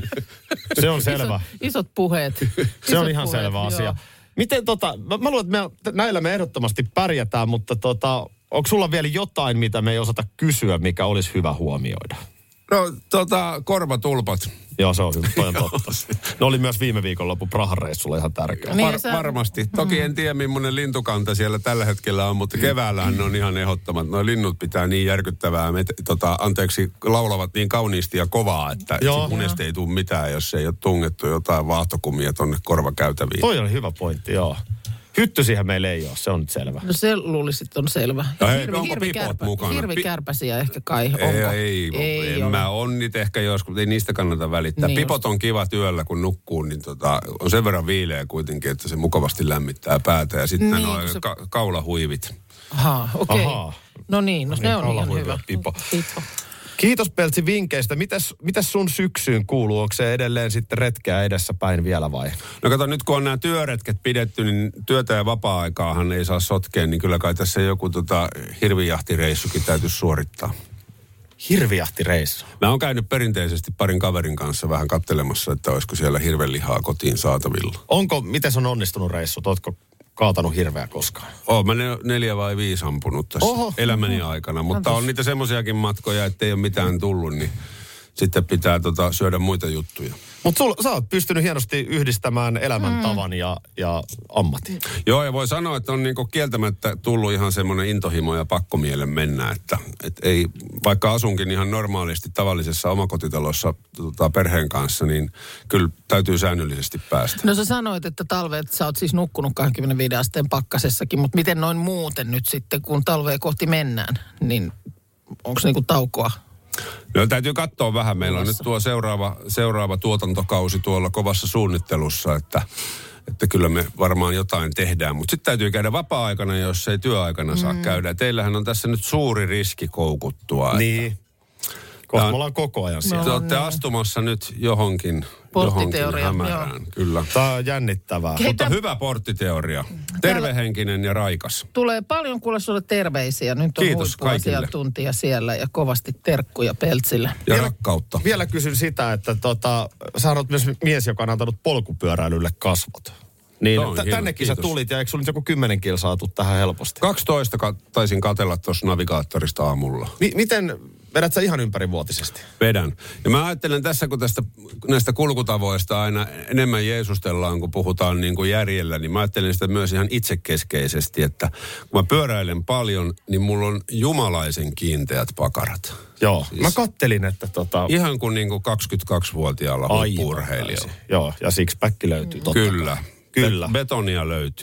Se on selvä. Isot, isot puheet. Se isot on ihan puheet, selvä asia. joo. Miten tota, mä, mä luulen, että me, näillä me ehdottomasti pärjätään, mutta tota, onko sulla vielä jotain, mitä me ei osata kysyä, mikä olisi hyvä huomioida? No tota, korvatulpat. Joo, se on hyvä. Toi on totta. Ne oli myös viime viikonloppu Prahan reissulla ihan tärkeä. Niin, Var, sä... Varmasti. Toki mm. en tiedä, millainen lintukanta siellä tällä hetkellä on, mutta keväällähän ne on ihan ehdottomat. Nuo linnut pitää niin järkyttävää, me, tota, anteeksi, laulavat niin kauniisti ja kovaa, että unesta ei tule mitään, jos ei ole tungettu jotain vaahtokumia tonne korvakäytäviin. Toi oli hyvä pointti, joo. Hyttysihän meillä ei ole, se on nyt selvä. No se luulisi, että on selvä. Ja hei, hirvi, onko pipot kärpä, mukana? Hirvikärpäsiä ehkä kai, onko? Ei, ei, ei en ole. Mä on niitä ehkä joskus, ei niistä kannata välittää. Niin pipot on kiva työllä, kun nukkuu, niin tota, on sen verran viileä kuitenkin, että se mukavasti lämmittää päätä. Ja sitten niin, nuo se... ka- kaulahuivit. Aha, okei. Okay. No niin, no, no se on ihan hyvä. Pipo. Pipo. Kiitos Peltsi vinkkeistä. Mitäs, mitäs sun syksyyn kuuluu? Onko se edelleen sitten retkeä edessä päin vielä vai? No kato, nyt kun on nämä työretket pidetty, niin työtä ja vapaa-aikaahan ei saa sotkea, niin kyllä kai tässä joku tota hirvijahtireissukin täytyisi suorittaa. Hirvijahtireissu? Mä oon käynyt perinteisesti parin kaverin kanssa vähän kattelemassa, että olisiko siellä hirvenlihaa kotiin saatavilla. Onko, miten on onnistunut reissu? Ootko kaatanut hirveä koskaan? Oon mä neljä vai viisi ampunut tässä Oho. elämäni aikana, mutta on niitä semmoisiakin matkoja, että ei ole mitään tullut, niin sitten pitää tota, syödä muita juttuja. Mutta sä oot pystynyt hienosti yhdistämään elämäntavan mm. ja, ja ammatin. Joo, ja voi sanoa, että on niinku kieltämättä tullut ihan semmoinen intohimo ja pakkomielen mennä, että et ei, vaikka asunkin ihan normaalisti tavallisessa omakotitalossa tota, perheen kanssa, niin kyllä täytyy säännöllisesti päästä. No sä sanoit, että talveet sä oot siis nukkunut kaksikymmentäviisi asteen pakkasessakin, mutta miten noin muuten nyt sitten, kun talvea kohti mennään, niin onko niinku taukoa? No täytyy katsoa vähän. Meillä on nyt tuo seuraava, seuraava tuotantokausi tuolla kovassa suunnittelussa, että, että kyllä me varmaan jotain tehdään. Mutta sitten täytyy käydä vapaa-aikana, jos ei työaikana saa mm. käydä. Teillähän on tässä nyt suuri riski koukuttua. Niin. Kohta me ollaan koko ajan siellä. Te olette astumassa nyt johonkin, johonkin hämärään. Kyllä. Tämä on jännittävää. Keitä... Mutta hyvä porttiteoria. Tervehenkinen ja raikas. Tulee paljon kuule sulle terveisiä. Nyt on huippuasiantuntija siellä ja kovasti terkkuja Peltsille. Ja vielä, rakkautta. Vielä kysyn sitä, että tota, sä olet myös mies, joka on antanut polkupyöräilylle kasvot. Niin no, t- tännekin kiitos. Sä tulit ja eikö sulla nyt joku kymmenen kilsaa tuu tähän helposti? kaksitoista ka- taisin katella tuossa navigaattorista aamulla. Mi- miten... Vedät sä ihan ympärivuotisesti? Vedän. Ja mä ajattelen tässä, kun tästä, näistä kulkutavoista aina enemmän jeesustellaan, kun puhutaan niin kuin järjellä, niin mä ajattelen sitä myös ihan itsekeskeisesti, että kun mä pyöräilen paljon, niin mulla on jumalaisen kiinteät pakarat. Joo, siis mä kattelin, että tota... Ihan kuin, niin kuin kaksikymmentäkaksivuotiaalla huippu-urheilijalla. Joo, ja six-pack löytyy. Totta Kyllä. Kai. Kyllä. Be- betonia löytyy.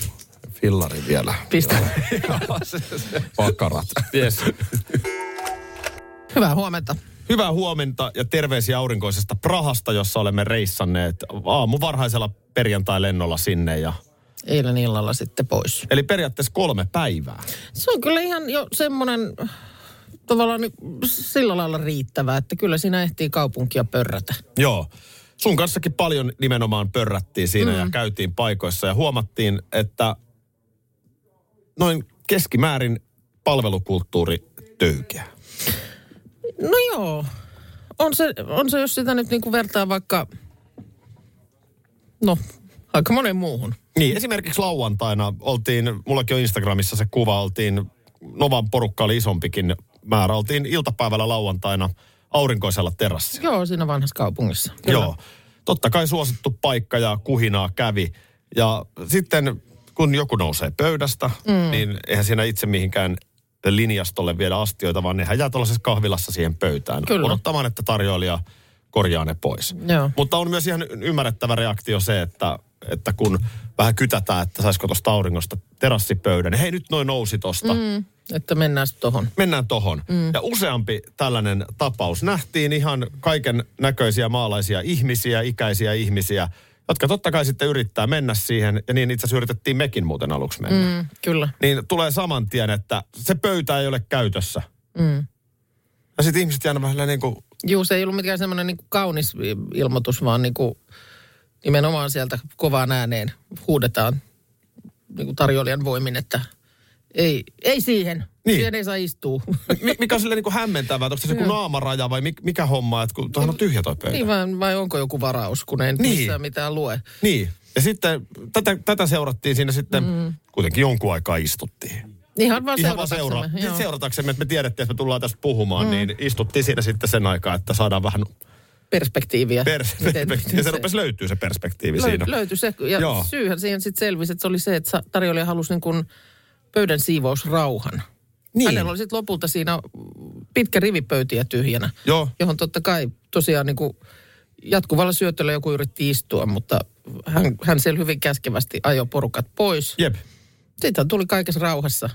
Fillari vielä. Pistä. Pakarat. Yes. Hyvää huomenta. Hyvää huomenta ja terveisiä aurinkoisesta Prahasta, jossa olemme reissanneet aamu varhaisella perjantai-lennolla sinne. Ja... Eilen illalla sitten pois. Eli periaatteessa kolme päivää. Se on kyllä ihan jo semmoinen tavallaan sillä lailla riittävää, että kyllä siinä ehtii kaupunkia pörrätä. Joo. Sun kanssakin paljon nimenomaan pörrättiin siinä mm. ja käytiin paikoissa ja huomattiin, että noin keskimäärin palvelukulttuuri töykeä. No joo. On se, on se jos sitä nyt niin kuin vertaa vaikka, no aika monen muuhun. Niin, esimerkiksi lauantaina oltiin, mullakin on Instagramissa se kuva, oltiin, Novan porukka oli isompikin määrä, oltiin iltapäivällä lauantaina aurinkoisella terassilla. Joo, siinä vanhassa kaupungissa. Kyllä. Joo, totta kai suosittu paikka ja kuhinaa kävi. Ja sitten kun joku nousee pöydästä, mm. niin eihän siinä itse mihinkään linjastolle viedä astioita, vaan nehän jää tuollaisessa kahvilassa siihen pöytään. Kyllä. Odottamaan, että tarjoilija korjaa ne pois. Joo. Mutta on myös ihan ymmärrettävä reaktio se, että, että kun vähän kytätään, että saisiko tuosta auringosta terassipöydän, niin hei nyt noin nousi tosta. Mm, että mennään tohon. Mennään tohon. Mm. Ja useampi tällainen tapaus. Nähtiin ihan kaiken näköisiä maalaisia ihmisiä, ikäisiä ihmisiä, jotka totta kai sitten yrittää mennä siihen, ja niin itse asiassa yritettiin mekin muuten aluksi mennä. Mm, kyllä. Niin tulee saman tien, että se pöytä ei ole käytössä. Mm. Ja sitten ihmiset jäävät vähän niin kuin... Juu, se ei ollut mikään semmoinen niin kuin kaunis ilmoitus, vaan niin kuin nimenomaan sieltä kovaan ääneen huudetaan niin kuin tarjoilijan voimin, että ei, ei siihen. Niin. Siihen ei saa istua. Mikä on silleen niin kuin hämmentävää, onko se joku naamaraja vai mikä homma, että kun tuohon on tyhjä toi pöytä. Niin vai, vai onko joku varaus, kun ei niin. missään mitään lue. Niin, ja sitten tätä, tätä seurattiin siinä sitten, mm. kuitenkin jonkun aikaa istuttiin. Ihan vaan Ihan vaan seura- niin seurataksemme, että me tiedettiin, että me tullaan tästä puhumaan, mm. niin istuttiin siinä sitten sen aikaa, että saadaan vähän... Perspektiiviä. Pers- perspektiiviä. Se rupesi löytyy se perspektiivi Lö- siinä. Löytyi se, ja Joo. syyhän siihen sitten selvisi, että se oli se, että tarjoilija halusi niin kuin pöydän siivousrauhan. Niin. Hänellä oli sitten lopulta siinä pitkä rivi pöytiä tyhjänä, Joo. johon totta kai tosiaan niin kuin jatkuvalla syötöllä joku yritti istua, mutta hän, hän siellä hyvin käskevästi ajoi porukat pois. Jep. Sitten hän tuli kaikessa rauhassa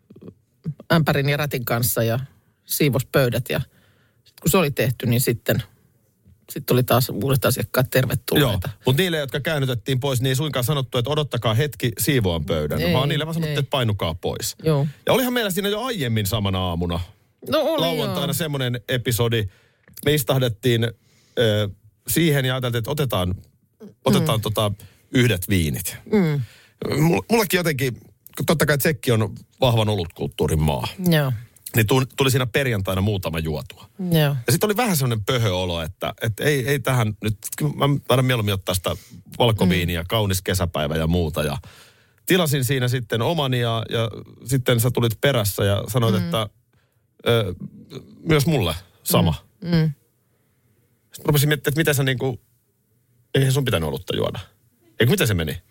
ämpärin ja rätin kanssa ja siivosi pöydät. Ja sit kun se oli tehty, niin sitten, sitten oli taas uudet asiakkaat tervetulleita. Joo, mutta niille, jotka käännytettiin pois, niin ei suinkaan sanottu, että odottakaa hetki siivoan pöydän, ei, vaan niille vaan sanottiin, ei. että painukaa pois. Joo. Ja olihan meillä siinä jo aiemmin samana aamuna. No oli Lauantaina joo. semmoinen episodi. Me istahdettiin ö, siihen ja ajateltiin, että otetaan, otetaan mm. tota, yhdet viinit. Mm. Mullekin jotenkin, totta kai Tsekki on vahvan olutkulttuurin maa. Joo. Niin tuli siinä perjantaina muutama juotua. Joo. Ja sitten oli vähän semmoinen pöhöolo, että, että ei, ei tähän nyt, mä taidan mieluummin ottaa sitä valkoviiniä, mm. kaunis kesäpäivä ja muuta. Ja tilasin siinä sitten omani ja, ja sitten sä tulit perässä ja sanoit, mm. että ö, myös mulle sama. Mm. Mm. Sitten rupesin miettimään, että miten sä niinku, eihän sun pitänyt olutta juoda. Eikö miten se meni?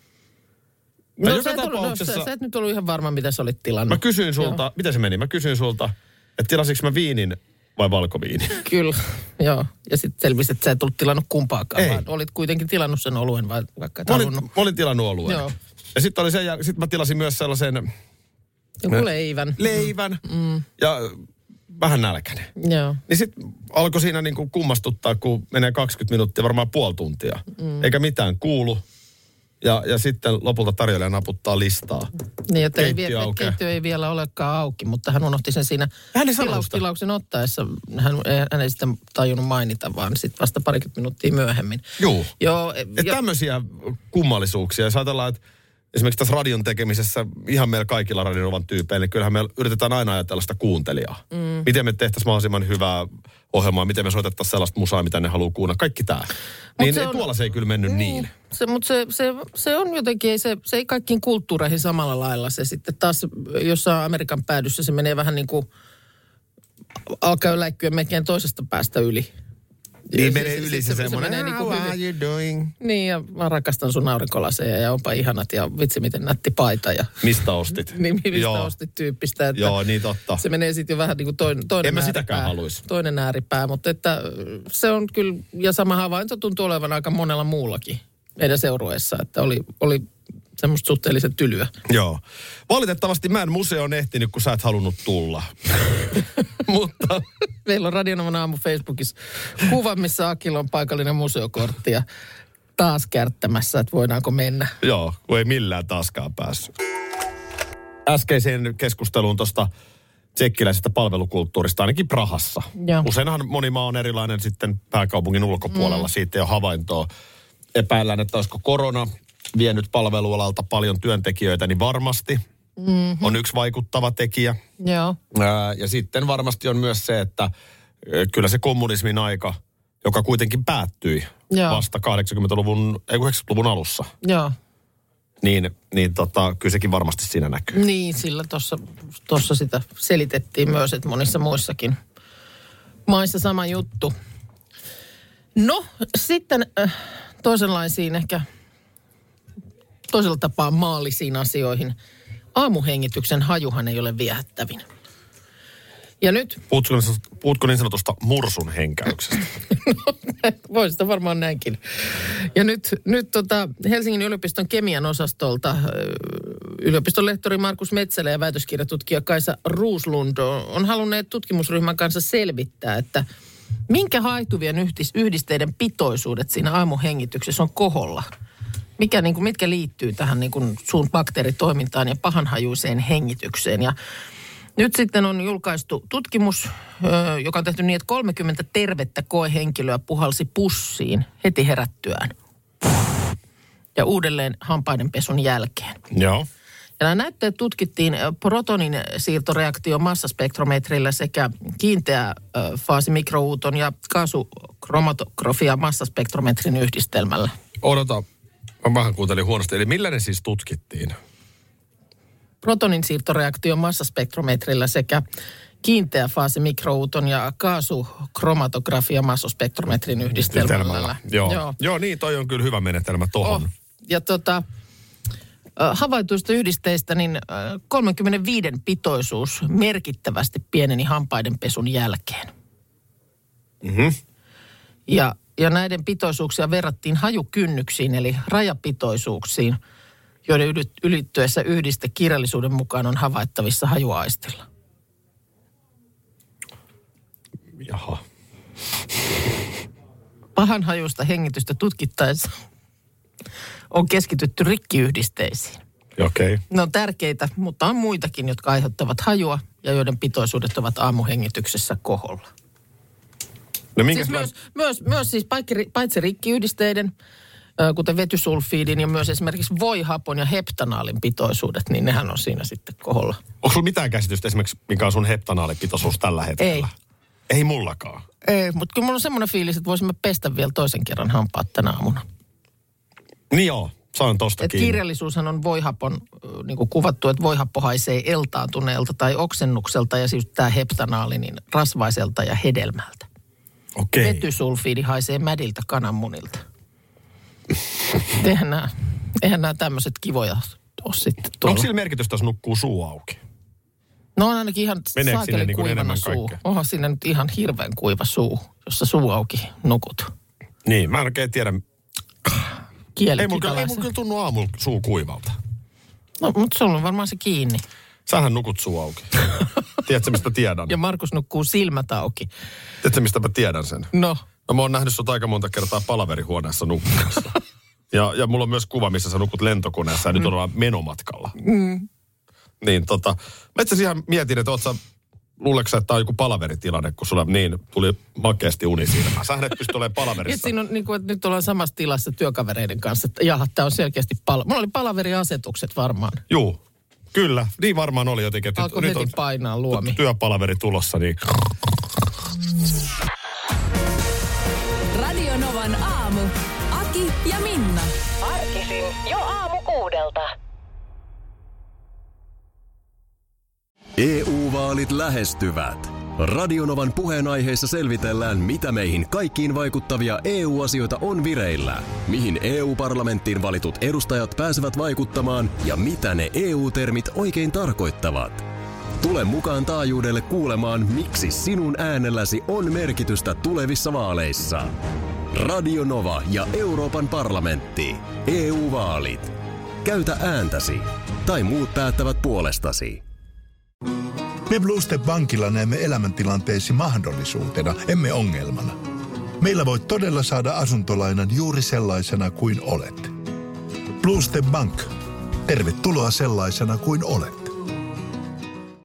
No, sä, et ollut, no sä, sä et nyt ollut ihan varma, mitä sä olit tilannut. Mä kysyin sulta, joo. Miten se meni? Mä kysyin sulta, että tilasinko mä viinin vai valkoviinin? Kyllä, joo. Ja sitten selvisi, että sä et ollut tilannut kumpaakaan, Ei. vaan olit kuitenkin tilannut sen oluen, vai, vaikka et mä olin, halunnut. mä olin tilannut oluen. Joo. Ja sitten oli sen, ja sit mä tilasin myös sellaisen... Joku leivän. Leivän. Mm. Ja vähän nälkäinen. Joo. Niin sitten alkoi siinä niinku kummastuttaa, kun menee kaksikymmentä minuuttia, varmaan puoli tuntia. Mm. Eikä mitään kuulu. Ja, ja sitten lopulta tarjoilija naputtaa listaa. Niin, että ei, Keittiö vie, aukeaa. keittiö ei vielä olekaan auki, mutta hän unohti sen siinä Hän ei sanonut tilaus, sitä. tilauksen ottaessa. Hän, hän ei sitten tajunnut mainita, vaan sitten vasta parikymmentä minuuttia myöhemmin. Juu. Joo. Että ja, tämmöisiä kummallisuuksia. Jos ajatellaan, että esimerkiksi tässä radion tekemisessä, ihan meillä kaikilla radionovan tyypeillä, niin kyllähän me yritetään aina ajatella sitä kuuntelijaa. Mm. Miten me tehtäisiin mahdollisimman hyvää ohjelmaa, miten me soitettaisiin sellaista musaa, mitä ne haluaa kuunnella. Kaikki tämä. Niin se on, on, tuolla se ei kyllä mennyt mm, niin. Se, mutta se, se, se on jotenkin, ei se, se ei kaikkiin kulttuureihin samalla lailla. Se sitten taas jossain Amerikan päädyssä se menee vähän niin kuin alkaa läikkyä melkein toisesta päästä yli. Niin se, menee yli se, se, se semmoinen, se how niin are you doing? Niin, ja mä rakastan sun aurinkolaseja ja onpa ihanat ja vitsi miten nätti paita. Ja, mistä ostit? niin, mistä Joo. ostit tyyppistä. Että Joo, niin totta. Se menee sitten jo vähän niin kuin toinen, toinen En mä ääripää. sitäkään haluaisi. Toinen ääripää, mutta että se on kyllä, ja sama havainto tuntuu olevan aika monella muullakin meidän seurueessa, että oli, oli semmoista suhteellisen tylyä. Joo. Valitettavasti mä en museoon ehtinyt, kun sä et halunnut tulla. Mutta... Meillä on Radionovan aamu Facebookissa kuva, missä Akilla on paikallinen museokortti ja taas kärttämässä, että voidaanko mennä. Joo, kun ei millään taaskaan päässyt. Äskeiseen keskusteluun tuosta tsekkiläisestä palvelukulttuurista, ainakin Prahassa. Joo. Useinhan moni maa on erilainen sitten pääkaupungin ulkopuolella, mm. siitä ei ole havaintoa. Epäillään, että olisiko korona vienyt palvelualalta paljon työntekijöitä, niin varmasti mm-hmm. on yksi vaikuttava tekijä. Joo. Ää, ja sitten varmasti on myös se, että ö, kyllä se kommunismin aika, joka kuitenkin päättyi Joo. vasta kahdeksankymmentäluvun, ei yhdeksänkymmentäluvun alussa. Joo. niin, niin tota, kyllä sekin varmasti siinä näkyy. Niin, sillä tuossa sitä selitettiin myös, että monissa muissakin maissa sama juttu. No, sitten äh, toisenlaisiin ehkä toisella tapaa maallisiin asioihin. Aamuhengityksen hajuhan ei ole viehättävin. Ja nyt... Puhutko, puhutko niin sanotusta mursun henkäyksestä? No, voi sitä varmaan näinkin. Ja nyt, nyt tota Helsingin yliopiston kemian osastolta yliopiston lehtori Markus Metsälä ja väitöskirjatutkija Kaisa Ruuslund on halunneet tutkimusryhmän kanssa selvittää, että minkä haihtuvien yhdisteiden pitoisuudet siinä aamuhengityksessä on koholla. Mikä, niin kuin, mitkä liittyy tähän niin kuin suun bakteeritoimintaan ja pahanhajuiseen hengitykseen. Ja nyt sitten on julkaistu tutkimus, joka on tehty niin, että kolmekymmentä tervettä koehenkilöä puhalsi pussiin heti herättyään. Ja uudelleen hampaidenpesun jälkeen. Joo. Ja nämä näytteet tutkittiin protonin siirtoreaktio massaspektrometrillä sekä kiinteä faasimikrouuton ja kaasukromatografia massaspektrometrin yhdistelmällä. Odota, mä vähän kuuntelin huonosti. Eli millä ne siis tutkittiin? Protonin siirtoreaktio massaspektrometrillä sekä kiinteä faasimikrouuton ja kaasukromatografia massaspektrometrin yhdistelmällä. Joo. Joo. Joo, niin toi on kyllä hyvä menetelmä tohon. Oh. Ja tota... havaituista yhdisteistä, niin kolmekymmentäviisi pitoisuus merkittävästi pieneni hampaidenpesun jälkeen. Mm-hmm. Ja, ja näiden pitoisuuksia verrattiin hajukynnyksiin, eli rajapitoisuuksiin, joiden ylittyessä yhdiste kirjallisuuden mukaan on havaittavissa hajuaistilla. Jaha. Pahanhajuista hengitystä tutkittaessa on keskitytty rikkiyhdisteisiin. Okei. Okay. Ne on tärkeitä, mutta on muitakin, jotka aiheuttavat hajua ja joiden pitoisuudet ovat aamuhengityksessä koholla. No siis myös, myös, myös siis paitsi rikkiyhdisteiden, kuten vetysulfiidin ja myös esimerkiksi voihapon ja heptanaalin pitoisuudet, niin nehän on siinä sitten koholla. Onko sulla mitään käsitystä esimerkiksi, mikä on sun heptanaalipitoisuus tällä hetkellä? Ei. Ei mullakaan. Ei, mutta kyllä mulla on semmoinen fiilis, että voisimme pestä vielä toisen kerran hampaat tänä aamuna. Niin joo, saan tosta kiinni. Kirjallisuushan on voihapon, niin kuin kuvattu, että voihappo haisee eltaantuneelta tai oksennukselta ja siis tämä heptanaali niin rasvaiselta ja hedelmältä. Okei. Vetysulfiidi haisee mädiltä kananmunilta. eihän nämä, eihän nämä tämmöiset kivoja ole sitten tuolla. Onko sillä merkitystä, jos nukkuu suu auki? No on ainakin ihan saakeli niin kuivana suu. kaikkea? Onhan siinä nyt ihan hirveän kuiva suu, jossa suu auki nukut. Niin, mä en oikein tiedä. Ei mun, kyllä, ei mun kyllä tunnu aamulla suu kuivalta. No, mutta sulla on varmaan se kiinni. Sähän nukut suu auki. Tiedätkö, mistä tiedän? Ja Markus nukkuu silmät auki. Tiedätkö, mistä mä tiedän sen? No. No mä oon nähnyt sut aika monta kertaa palaverihuoneessa nukkumassa. ja, ja mulla on myös kuva, missä sä nukut lentokoneessa ja mm. nyt ollaan menomatkalla. Mm. Niin tota, mä itse asiassa ihan mietin, että oot sä, luuleeko sä, että tää on joku palaveritilanne, kun sulla niin tuli makeasti uni silmään. Sähän et pysty olemaan palaverissa. Siinä on niin kuin, että nyt ollaan samassa tilassa työkavereiden kanssa, että jaha, tää on selkeästi pala. Mulla oli palaveriasetukset varmaan. Juu, kyllä. Niin varmaan oli jotenkin. Että alkoi nyt, heti nyt on painaa luomi. Työpalaveri tulossa, niin... Radio Novan aamu. Aki ja Minna. Arkisin jo aamu kuudelta. E U-vaalit lähestyvät. Radionovan puheenaiheessa selvitellään, mitä meihin kaikkiin vaikuttavia E U-asioita on vireillä, mihin E U-parlamenttiin valitut edustajat pääsevät vaikuttamaan ja mitä ne E U-termit oikein tarkoittavat. Tule mukaan taajuudelle kuulemaan, miksi sinun äänelläsi on merkitystä tulevissa vaaleissa. Radio Nova ja Euroopan parlamentti. E U-vaalit. Käytä ääntäsi. Tai muut päättävät puolestasi. Me Blue Step Bankilla näemme elämäntilanteesi mahdollisuutena, emme ongelmana. Meillä voit todella saada asuntolainan juuri sellaisena kuin olet. Blue Step Bank. Tervetuloa sellaisena kuin olet.